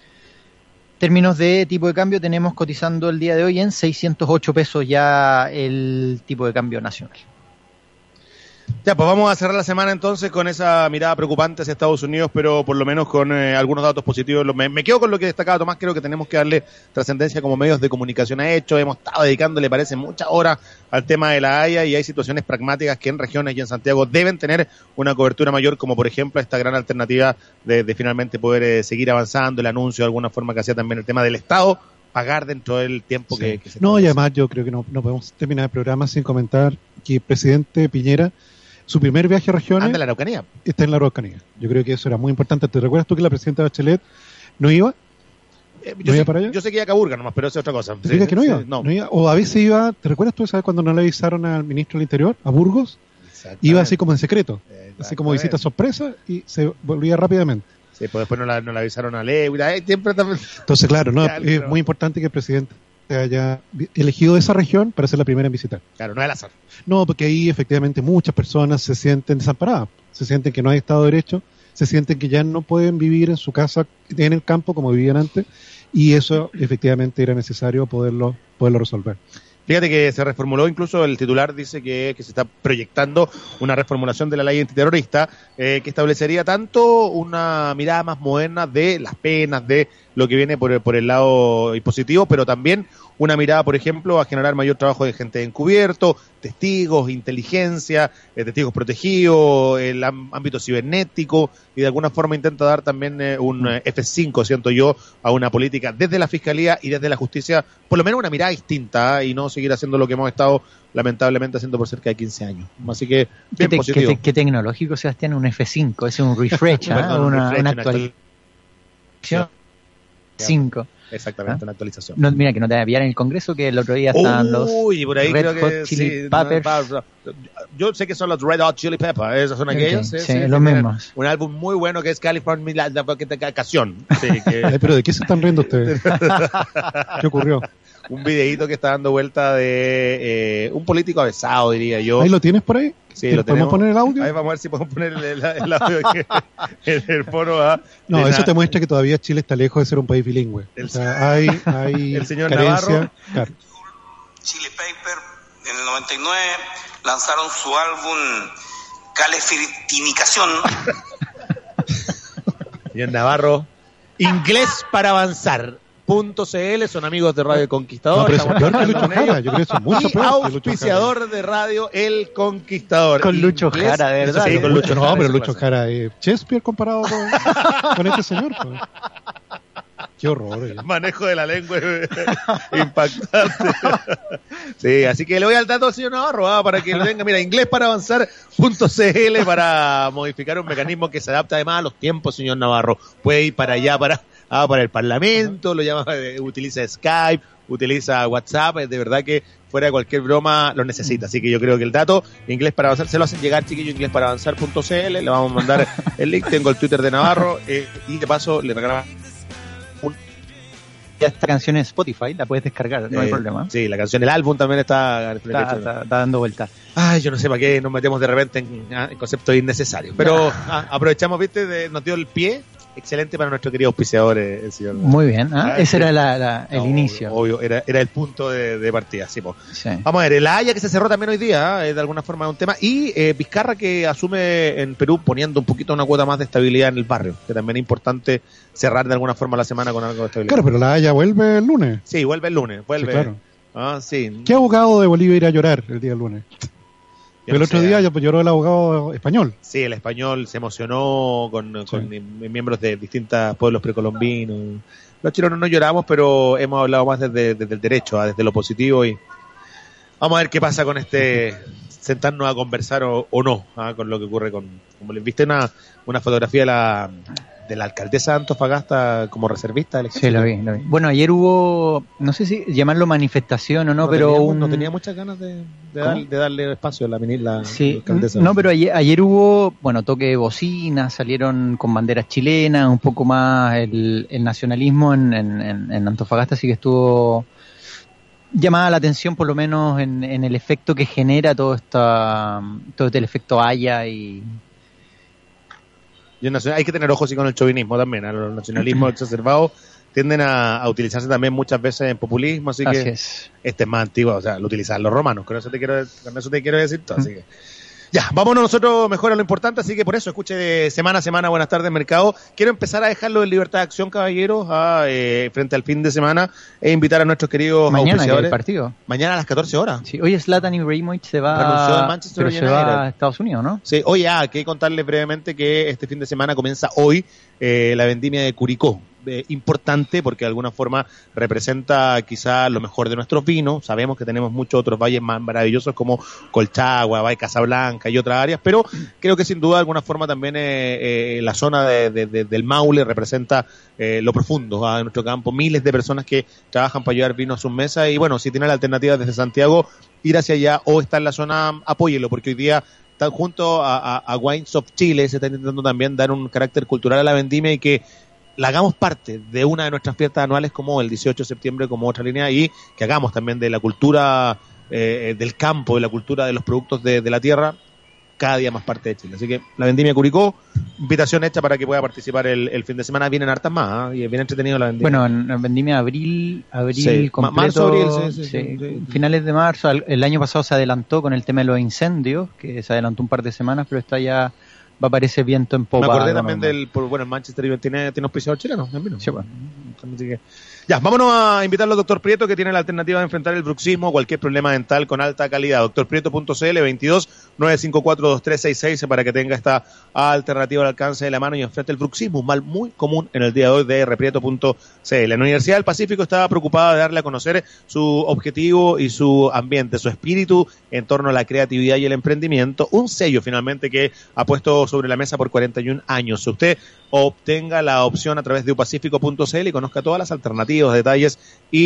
términos de tipo de cambio, tenemos cotizando el día de hoy en seiscientos ocho pesos ya el tipo de cambio nacional. Ya, pues vamos a cerrar la semana entonces con esa mirada preocupante hacia Estados Unidos, pero por lo menos con eh, algunos datos positivos. Me, me quedo con lo que destacaba Tomás, creo que tenemos que darle trascendencia como medios de comunicación a hecho. Hemos estado dedicándole, parece, muchas horas al tema de la Haya y hay situaciones pragmáticas que en regiones y en Santiago deben tener una cobertura mayor, como por ejemplo esta gran alternativa de, de finalmente poder eh, seguir avanzando, el anuncio de alguna forma que hacía también el tema del Estado, pagar dentro del tiempo sí. que, que se No, y además yo creo que no, no podemos terminar el programa sin comentar que el presidente Piñera, su primer viaje a regiones... Anda en la Araucanía. Está en la Araucanía. Yo creo que eso era muy importante. ¿Te recuerdas tú que la presidenta Bachelet no iba? Eh, ¿No yo, iba sé, para allá? yo sé que iba a Caburga nomás, pero eso es otra cosa. ¿Te sí, que no iba? Sí, no. no iba? O a veces iba... ¿Te recuerdas tú, sabes, cuando no le avisaron al ministro del Interior, a Burgos? Iba así como en secreto. Así como visita sorpresa y se volvía rápidamente. Sí, pues después no la, no la avisaron a Lewis. Siempre también... Entonces, claro, no, es muy importante que el presidente haya elegido esa región para ser la primera en visitar. Claro, no es al azar. No, porque ahí efectivamente muchas personas se sienten desamparadas, se sienten que no hay Estado de Derecho, se sienten que ya no pueden vivir en su casa, en el campo como vivían antes, y eso efectivamente era necesario poderlo, poderlo resolver. Fíjate que se reformuló, incluso el titular dice que, que se está proyectando una reformulación de la ley antiterrorista eh, que establecería tanto una mirada más moderna de las penas, de lo que viene por el, por el lado impositivo, pero también una mirada, por ejemplo, a generar mayor trabajo de gente encubierto, testigos, inteligencia, eh, testigos protegidos, el ámbito cibernético, y de alguna forma intenta dar también eh, un eh, F cinco, siento yo, a una política desde la Fiscalía y desde la Justicia, por lo menos una mirada distinta, ¿eh? Y no seguir haciendo lo que hemos estado lamentablemente haciendo por cerca de quince años. Así que, bien ¿Qué, positivo. ¿qué, qué tecnológico, Sebastián? Un F cinco, es un refresh, ¿eh? Perdón, una, un refresh, una una actualización. cinco. Exactamente, ¿Ah? una actualización. No, mira, que no te pillar en el Congreso, que el otro día estaban los Uy, por ahí Red creo Hot que Chili sí, Peppers. No, yo sé que son los Red Hot Chili Peppers, esos son aquellos. Okay, sí, sí, sí, los mismos. Un álbum muy bueno que es California, la canción. Sí, que... Ay, pero ¿de qué se están riendo ustedes? ¿Qué ocurrió? Un videíto que está dando vuelta de eh, un político avesado, diría yo. ¿Ahí lo tienes por ahí? Sí, lo ¿Podemos tenemos. poner el audio? Ahí vamos a ver si podemos poner el, el, el audio que, en el foro. ¿Ah? No, de eso la, te muestra que todavía Chile está lejos de ser un país bilingüe. El, o sea, hay, hay el señor carencia. Navarro. Claro. Chili Pepper en el noventa y nueve lanzaron su álbum Calefitinicación. Señor Navarro, inglés para avanzar. Punto .cl, son amigos de Radio El Conquistador. No, pero eso es peor que Lucho Jara, yo creo que eso es mucho y peor que Lucho auspiciador Jara. de Radio El Conquistador. Con Lucho Inglés, Jara, de verdad. Sí, con Lucho No, Jara, pero eso Lucho pasa. Jara es Shakespeare comparado con, con este señor. Pues. Qué horror. Eh. Manejo de la lengua impactante. Sí, así que le voy al dato al señor Navarro ¿ah? para que le venga, mira, inglés para avanzar punto cl para modificar un mecanismo que se adapta además a los tiempos, señor Navarro. Puede ir para allá, para, ah, para el Parlamento, lo llama, eh, utiliza Skype, utiliza WhatsApp, de verdad que fuera de cualquier broma lo necesita. Así que yo creo que el dato, inglés para avanzar, se lo hacen llegar, chiquillo, inglés para avanzar punto cl, le vamos a mandar el link, tengo el Twitter de Navarro eh, y de paso le regalamos Ya esta canción en Spotify, la puedes descargar, no hay eh, problema. Sí, la canción, el álbum también está... Está, está, está dando vuelta. Ay, yo no sé para qué nos metemos de repente en, ah, en conceptos innecesarios. Pero ah, aprovechamos, viste, de, nos dio el pie. Excelente para nuestro querido auspiciador, eh, el señor. Muy bien, ¿eh? Ah, ese sí. era la, la, el No, inicio. Obvio, era, era el punto de, de partida, sí, po. Sí. Vamos a ver, el Haya que se cerró también hoy día, ¿eh? de alguna forma es un tema. Y eh, Vizcarra que asume en Perú poniendo un poquito una cuota más de estabilidad en el barrio, que también es importante cerrar de alguna forma la semana con algo de estabilidad. Claro, pero la Haya vuelve el lunes. Sí, vuelve el lunes, vuelve. Sí, claro. Ah, sí. ¿Qué abogado de Bolivia irá a llorar el día lunes? Yo el no otro sé, día lloró el abogado español. Sí, el español se emocionó con, con Sí. miembros de distintos pueblos precolombinos. Los chilenos no lloramos, pero hemos hablado más desde, desde el derecho, ¿ah? desde lo positivo, y vamos a ver qué pasa con este sentarnos a conversar o, o no, ¿ah? con lo que ocurre con... Como les viste una, una fotografía de la, de la alcaldesa de Antofagasta como reservista del Sí, lo vi, lo vi. Bueno, ayer hubo, no sé si llamarlo manifestación o no, no pero tenía, un... no tenía muchas ganas de, de, dar- de darle espacio a la, mini- la, Sí, la alcaldesa. no, pero ayer, ayer hubo, bueno, toque de bocina, salieron con banderas chilenas, un poco más el, el nacionalismo en, en, en- en Antofagasta, así que estuvo llamada la atención por lo menos en, en el efecto que genera todo esta, todo este el efecto Haya y... Y el nacional- hay que tener ojos y con el chauvinismo también, ¿eh? Los nacionalismos exacerbados tienden a, a utilizarse también muchas veces en populismo, así, Así que es. este es más antiguo, o sea, lo utilizaban los romanos, con eso te quiero, con eso te quiero decir todo, así que Ya, vámonos nosotros mejor a lo importante, así que por eso escuche de semana a semana Buenas Tardes Mercado. Quiero empezar a dejarlo en libertad de acción, caballeros, a, eh, frente al fin de semana, e invitar a nuestros queridos mañana auspiciadores. el partido. Mañana a las catorce horas. Sí, hoy Zlatan Ibrahimovic se va, renunció del Manchester pero United. se va a Estados Unidos, ¿no? Sí, oye, ah, hay que contarles brevemente que este fin de semana comienza hoy eh, la vendimia de Curicó. Eh, importante porque de alguna forma representa quizá lo mejor de nuestros vinos. Sabemos que tenemos muchos otros valles más maravillosos como Colchagua, Valle Casablanca y otras áreas, pero creo que sin duda de alguna forma también eh, eh, la zona de, de, de, del Maule representa eh, lo profundo ¿ah? de nuestro campo. Miles de personas que trabajan para llevar vino a sus mesas y bueno, si tienen la alternativa desde Santiago, ir hacia allá o estar en la zona, apóyelo, porque hoy día están junto a, a, a Wines of Chile, se está intentando también dar un carácter cultural a la vendimia y que la hagamos parte de una de nuestras fiestas anuales como el dieciocho de septiembre como otra línea y que hagamos también de la cultura eh, del campo, de la cultura de los productos de, de la tierra cada día más parte de Chile. Así que la vendimia Curicó, invitación hecha para que pueda participar el, el fin de semana. Vienen hartas más ¿eh? Y es bien entretenido la vendimia. Bueno, en la vendimia abril, abril sí. completo, marzo, abril, sí, sí, sí, sí, sí. finales de marzo. El año pasado se adelantó con el tema de los incendios, que se adelantó un par de semanas, pero está ya va a aparecer viento en popa. Me acordé también del, por, bueno, el Manchester United tiene, tiene auspiciador chileno. Sí, bueno. Así que, ya, vámonos a invitarlo al doctor Prieto, que tiene la alternativa de enfrentar el bruxismo o cualquier problema dental con alta calidad. doctor prieto punto c l, veintidós nueve cinco cuatro dos tres seis seis, para que tenga esta alternativa al alcance de la mano y enfrente el bruxismo, un mal muy común en el día de hoy de r prieto punto c l. La Universidad del Pacífico estaba preocupada de darle a conocer su objetivo y su ambiente, su espíritu en torno a la creatividad y el emprendimiento, un sello finalmente que ha puesto sobre la mesa por cuarenta y un años. Usted obtenga la opción a través de u pacífico punto c l y conozca todas las alternativas, detalles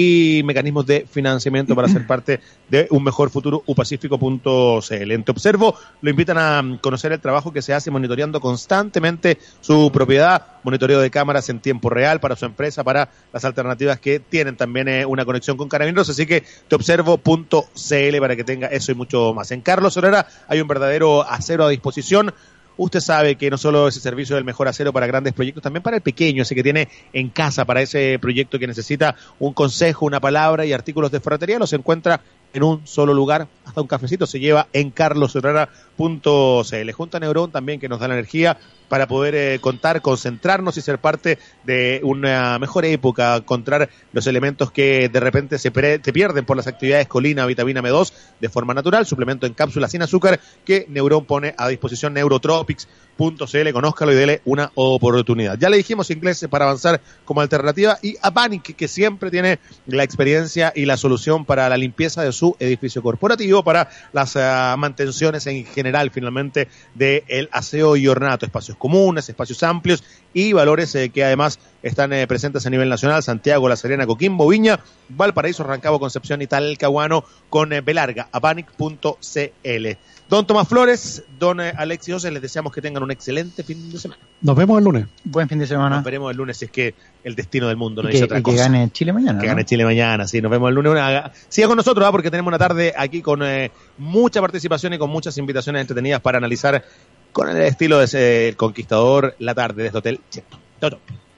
y mecanismos de financiamiento para ser parte de un mejor futuro. u pacífico punto c l. En Te Observo lo invitan a conocer el trabajo que se hace monitoreando constantemente su propiedad, monitoreo de cámaras en tiempo real para su empresa, para las alternativas que tienen también eh, una conexión con Carabineros, así que te observo punto c l para que tenga eso y mucho más. En Carlos Herrera hay un verdadero acero a disposición. Usted sabe que no solo ese servicio del mejor acero para grandes proyectos, también para el pequeño, ese que tiene en casa, para ese proyecto que necesita un consejo, una palabra y artículos de ferretería, los encuentra en un solo lugar. Hasta un cafecito se lleva en carlos herrera punto c l. Junta Neurón también, que nos da la energía para poder eh, contar, concentrarnos y ser parte de una mejor época, encontrar los elementos que de repente se, pre- se pierden por las actividades colina, vitamina eme dos de forma natural, suplemento en cápsula sin azúcar que Neurón pone a disposición. neurotropics punto c l, conózcalo y dele una oportunidad. Ya le dijimos inglés para avanzar como alternativa y a Panic, que siempre tiene la experiencia y la solución para la limpieza de su edificio corporativo, para las uh, mantenciones en general finalmente del aseo y ornato, espacios comunes, espacios amplios y valores eh, que además están eh, presentes a nivel nacional: Santiago, La Serena, Coquimbo, Viña, Valparaíso, Rancagua, Concepción y Talcahuano, con eh, Belarga. a panic punto c l. Don Tomás Flores, don eh, Alexis Ose, les deseamos que tengan un excelente fin de semana. Nos vemos el lunes. Buen fin de semana. Nos veremos el lunes si es que el destino del mundo no y dice que, otra y cosa. que gane Chile mañana. Que ¿no? gane Chile mañana, sí. Nos vemos el lunes. Una... Siga con nosotros, ¿eh? Porque tenemos una tarde aquí con eh, mucha participación y con muchas invitaciones entretenidas para analizar con el estilo de ese, el Conquistador la tarde desde Hotel Cheto. Chau, chau.